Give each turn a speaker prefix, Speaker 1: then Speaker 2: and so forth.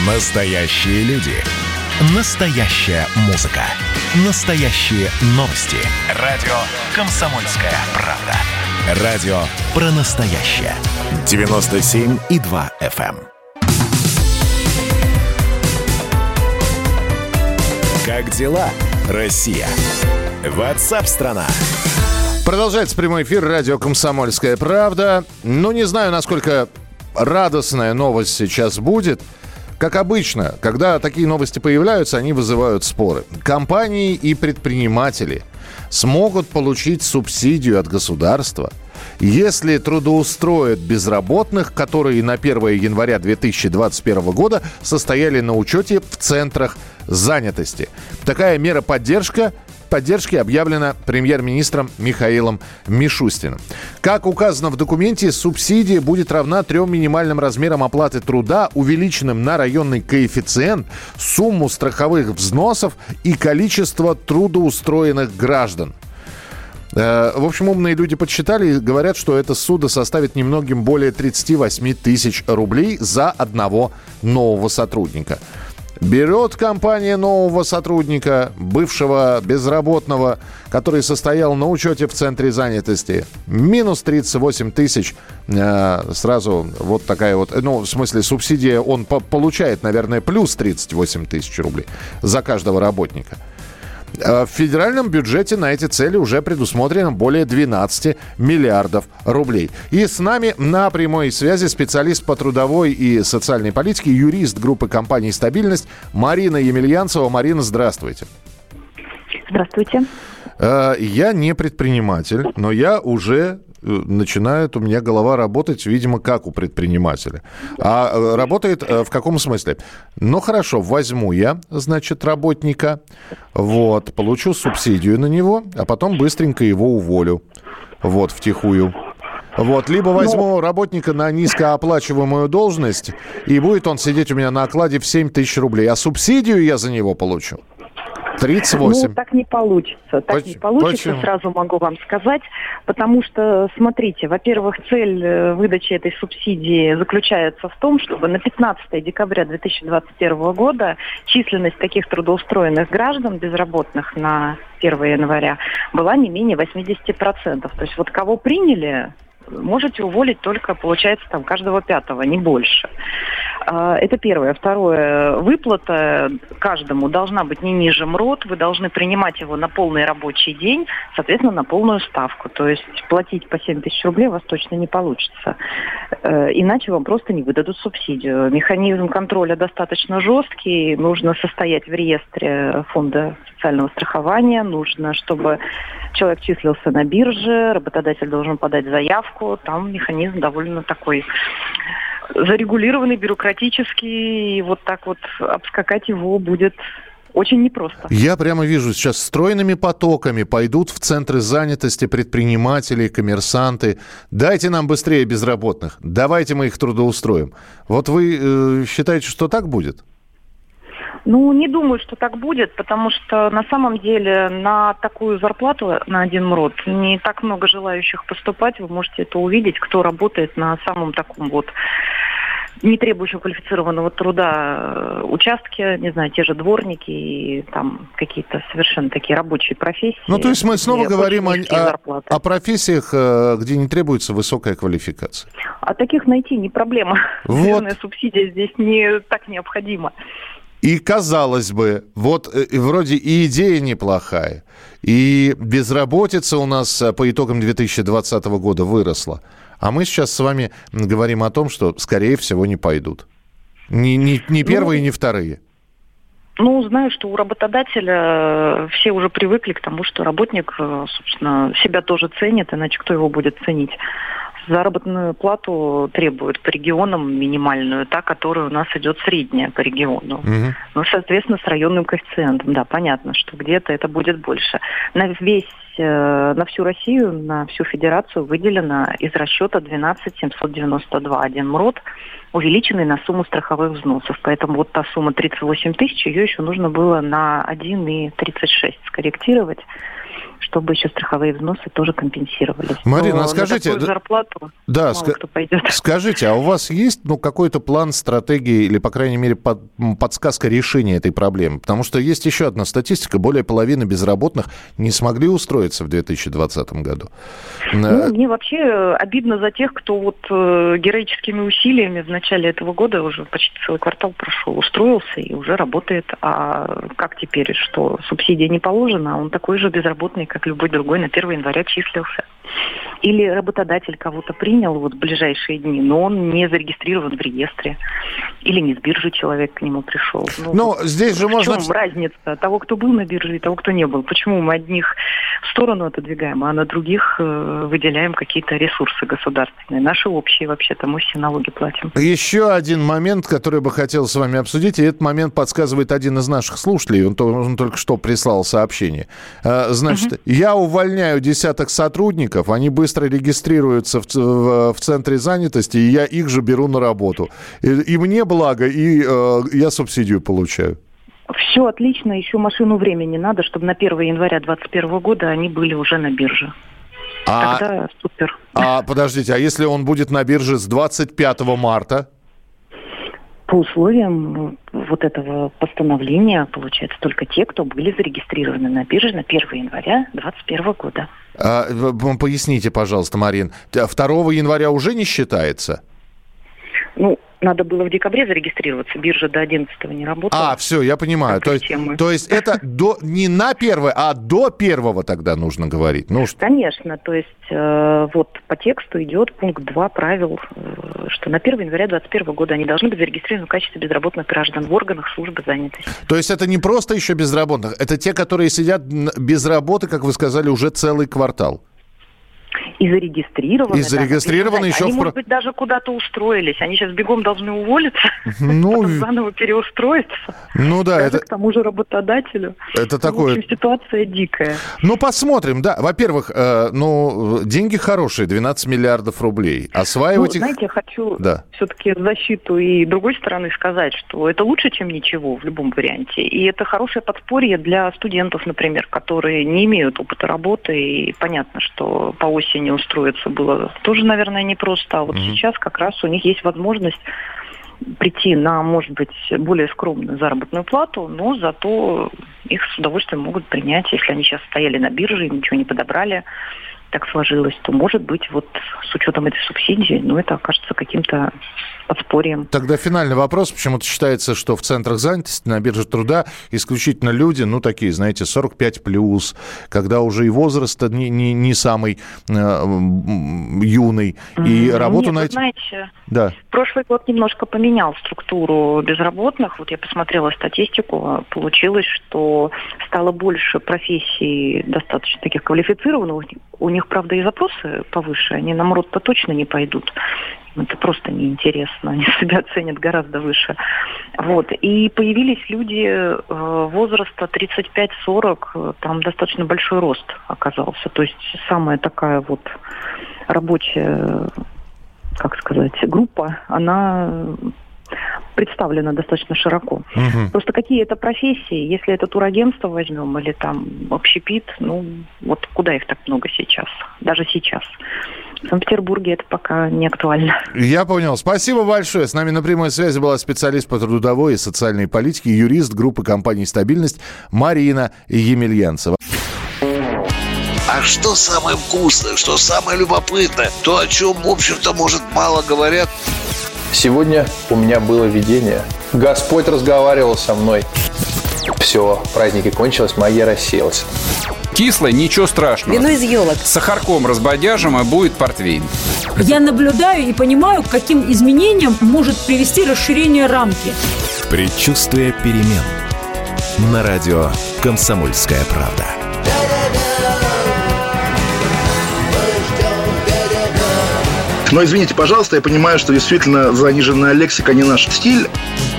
Speaker 1: Настоящие люди. Настоящая музыка. Настоящие новости. Радио «Комсомольская правда». Радио про настоящее. 97,2 FM. Как дела, Россия? WhatsApp-страна.
Speaker 2: Продолжается прямой эфир радио «Комсомольская правда». Не знаю, насколько радостная новость сейчас будет. Как обычно, когда такие новости появляются, они вызывают споры. Компании и предприниматели смогут получить субсидию от государства, если трудоустроят безработных, которые на 1 января 2021 года состояли на учете в центрах занятости. Такая мера поддержки объявлена премьер-министром Михаилом Мишустиным. Как указано в документе, субсидия будет равна 3 минимальным размерам оплаты труда, увеличенным на районный коэффициент, сумму страховых взносов и количество трудоустроенных граждан. В общем, умные люди подсчитали и говорят, что эта сумма составит немногим более 38 тысяч рублей за одного нового сотрудника. Берет компания нового сотрудника, бывшего безработного, который состоял на учете в центре занятости, минус 38 тысяч, сразу вот такая вот, в смысле субсидия он получает, наверное, плюс 38 тысяч рублей за каждого работника. В федеральном бюджете на эти цели уже предусмотрено более 12 миллиардов рублей. И с нами на прямой связи специалист по трудовой и социальной политике, юрист группы компаний «Стабильность» Марина Емельянцева. Марина, здравствуйте.
Speaker 3: Здравствуйте.
Speaker 2: Я не предприниматель, но я уже... начинает у меня голова работать, видимо, как у предпринимателя. А работает в каком смысле? Хорошо, возьму я, значит, работника, получу субсидию на него, а потом быстренько его уволю, втихую. Либо возьму работника на низкооплачиваемую должность, и будет он сидеть у меня на окладе в 7 тысяч рублей, а субсидию я за него получу 38.
Speaker 3: Так не получится.
Speaker 2: Почему?
Speaker 3: Сразу могу вам сказать. Потому что, смотрите, во-первых, цель выдачи этой субсидии заключается в том, чтобы на 15 декабря 2021 года численность таких трудоустроенных граждан, безработных на 1 января, была не менее 80%. То есть кого приняли, можете уволить только, получается, каждого 5-го, не больше. Это первое. Второе. Выплата каждому должна быть не ниже МРОТ. Вы должны принимать его на полный рабочий день, соответственно, на полную ставку. То есть платить по 7 тысяч рублей у вас точно не получится. Иначе вам просто не выдадут субсидию. Механизм контроля достаточно жесткий. Нужно состоять в реестре фонда социального страхования. Нужно, чтобы человек числился на бирже. Работодатель должен подать заявку. Там механизм довольно такой... зарегулированный, бюрократический, и обскакать его будет очень непросто.
Speaker 2: Я прямо вижу, сейчас стройными потоками пойдут в центры занятости предприниматели, коммерсанты. Дайте нам быстрее безработных, давайте мы их трудоустроим. Вы считаете, что так будет?
Speaker 3: Не думаю, что так будет, потому что на самом деле на такую зарплату, на один МРОТ, не так много желающих поступать. Вы можете это увидеть, кто работает на самом таком не требующем квалифицированного труда участке, не знаю, те же дворники и какие-то совершенно такие рабочие профессии.
Speaker 2: То есть мы снова говорим о профессиях, где не требуется высокая квалификация.
Speaker 3: А таких найти не проблема. Наверное, субсидия здесь не так необходима.
Speaker 2: И, казалось бы, вроде и идея неплохая, и безработица у нас по итогам 2020 года выросла. А мы сейчас с вами говорим о том, что, скорее всего, не пойдут. Ни первые, ни вторые.
Speaker 3: Знаю, что у работодателя все уже привыкли к тому, что работник, собственно, себя тоже ценит, иначе кто его будет ценить? Заработную плату требуют по регионам минимальную, та, которая у нас идет средняя по региону. Угу. Соответственно, с районным коэффициентом. Да, понятно, что где-то это будет больше. На всю Россию, на всю федерацию выделено из расчета 12 792 один МРОТ, увеличенный на сумму страховых взносов. Поэтому та сумма 38 тысяч, ее еще нужно было на 1,36 скорректировать. чтобы еще страховые взносы тоже компенсировались.
Speaker 2: Марина, скажите...
Speaker 3: На такую зарплату мало кто пойдет.
Speaker 2: Скажите, а у вас есть какой-то план, стратегии или, по крайней мере, подсказка решения этой проблемы? Потому что есть еще одна статистика. Более половины безработных не смогли устроиться в 2020 году.
Speaker 3: Мне вообще обидно за тех, кто героическими усилиями в начале этого года, уже почти целый квартал прошел, устроился и уже работает. А как теперь, что субсидия не положена, а он такой же безработный, как любой другой, на 1 января числился. Или работодатель кого-то принял в ближайшие дни, но он не зарегистрирован в реестре. Или не с биржи человек к нему пришел.
Speaker 2: Здесь же можно...
Speaker 3: В чем разница того, кто был на бирже, и того, кто не был? Почему мы одних в сторону отодвигаем, а на других выделяем какие-то ресурсы государственные? Наши общие вообще-то, мы все налоги платим.
Speaker 2: Еще один момент, который бы хотел с вами обсудить, и этот момент подсказывает один из наших слушателей, он только что прислал сообщение. Значит, я увольняю десяток сотрудников, они быстро регистрируются в центре занятости, и я их же беру на работу. И мне благо, и я субсидию получаю.
Speaker 3: Все отлично, еще машину времени надо, чтобы на 1 января 2021 года они были уже на бирже. Тогда супер.
Speaker 2: Подождите, а если он будет на бирже с 25 марта?
Speaker 3: По условиям этого постановления, получается, только те, кто были зарегистрированы на бирже на 1 января 2021 года.
Speaker 2: Поясните, пожалуйста, Марин, 2 января уже не считается?
Speaker 3: Надо было в декабре зарегистрироваться, биржа до 11-го не работала.
Speaker 2: Все, я понимаю. То есть это не на 1, а до 1 тогда нужно говорить?
Speaker 3: Конечно, то есть по тексту идет пункт 2 правил, что на 1 января 2021 года они должны быть зарегистрированы в качестве безработных граждан в органах службы занятости.
Speaker 2: То есть это не просто еще безработных, это те, которые сидят без работы, как вы сказали, уже целый квартал?
Speaker 3: И зарегистрированы.
Speaker 2: Еще...
Speaker 3: Они, может быть, даже куда-то устроились. Они сейчас бегом должны уволиться, потом заново переустроиться.
Speaker 2: Это...
Speaker 3: к тому же работодателю.
Speaker 2: Это такое...
Speaker 3: В общем, ситуация дикая.
Speaker 2: Посмотрим, да. Во-первых, деньги хорошие, 12 миллиардов рублей. Осваивать их...
Speaker 3: Знаете, хочу все-таки в защиту и другой стороны сказать, что это лучше, чем ничего в любом варианте. И это хорошее подспорье для студентов, например, которые не имеют опыта работы. И понятно, что по осени устроиться было тоже, наверное, непросто. А сейчас как раз у них есть возможность прийти на, может быть, более скромную заработную плату, но зато их с удовольствием могут принять. Если они сейчас стояли на бирже и ничего не подобрали, так сложилось, то, может быть, с учетом этой субсидии, это окажется каким-то подспорьем.
Speaker 2: Тогда финальный вопрос. Почему-то считается, что в центрах занятости, на бирже труда исключительно люди, такие, знаете, 45+, когда уже и возраст не самый юный, и работу найти...
Speaker 3: знаете, прошлый год немножко поменял структуру безработных. Я посмотрела статистику, получилось, что стало больше профессий достаточно таких квалифицированных. У них, правда, и запросы повыше, они на МРОТ-то точно не пойдут. Это просто неинтересно, они себя ценят гораздо выше. И появились люди возраста 35-40, там достаточно большой рост оказался. То есть самая такая рабочая, группа, она представлена достаточно широко. Просто какие это профессии, если это турагентство возьмем или там общепит, куда их так много сейчас, даже сейчас. В Санкт-Петербурге это пока не актуально.
Speaker 2: Я понял. Спасибо большое. С нами на прямой связи была специалист по трудовой и социальной политике, юрист группы компании «Стабильность» Марина Емельянцева.
Speaker 4: А что самое вкусное, что самое любопытное, то, о чем, в общем-то, может, мало говорят?
Speaker 5: Сегодня у меня было видение. Господь разговаривал со мной. Все, праздники кончились, магия рассеялась.
Speaker 6: Кислое, ничего страшного.
Speaker 7: Вино из елок.
Speaker 6: С сахарком разбодяжим, и будет портвейн.
Speaker 7: Я наблюдаю и понимаю, к каким изменениям может привести расширение рамки.
Speaker 1: Предчувствие перемен. На радио «Комсомольская правда».
Speaker 8: Но извините, пожалуйста, я понимаю, что действительно заниженная лексика не наш стиль.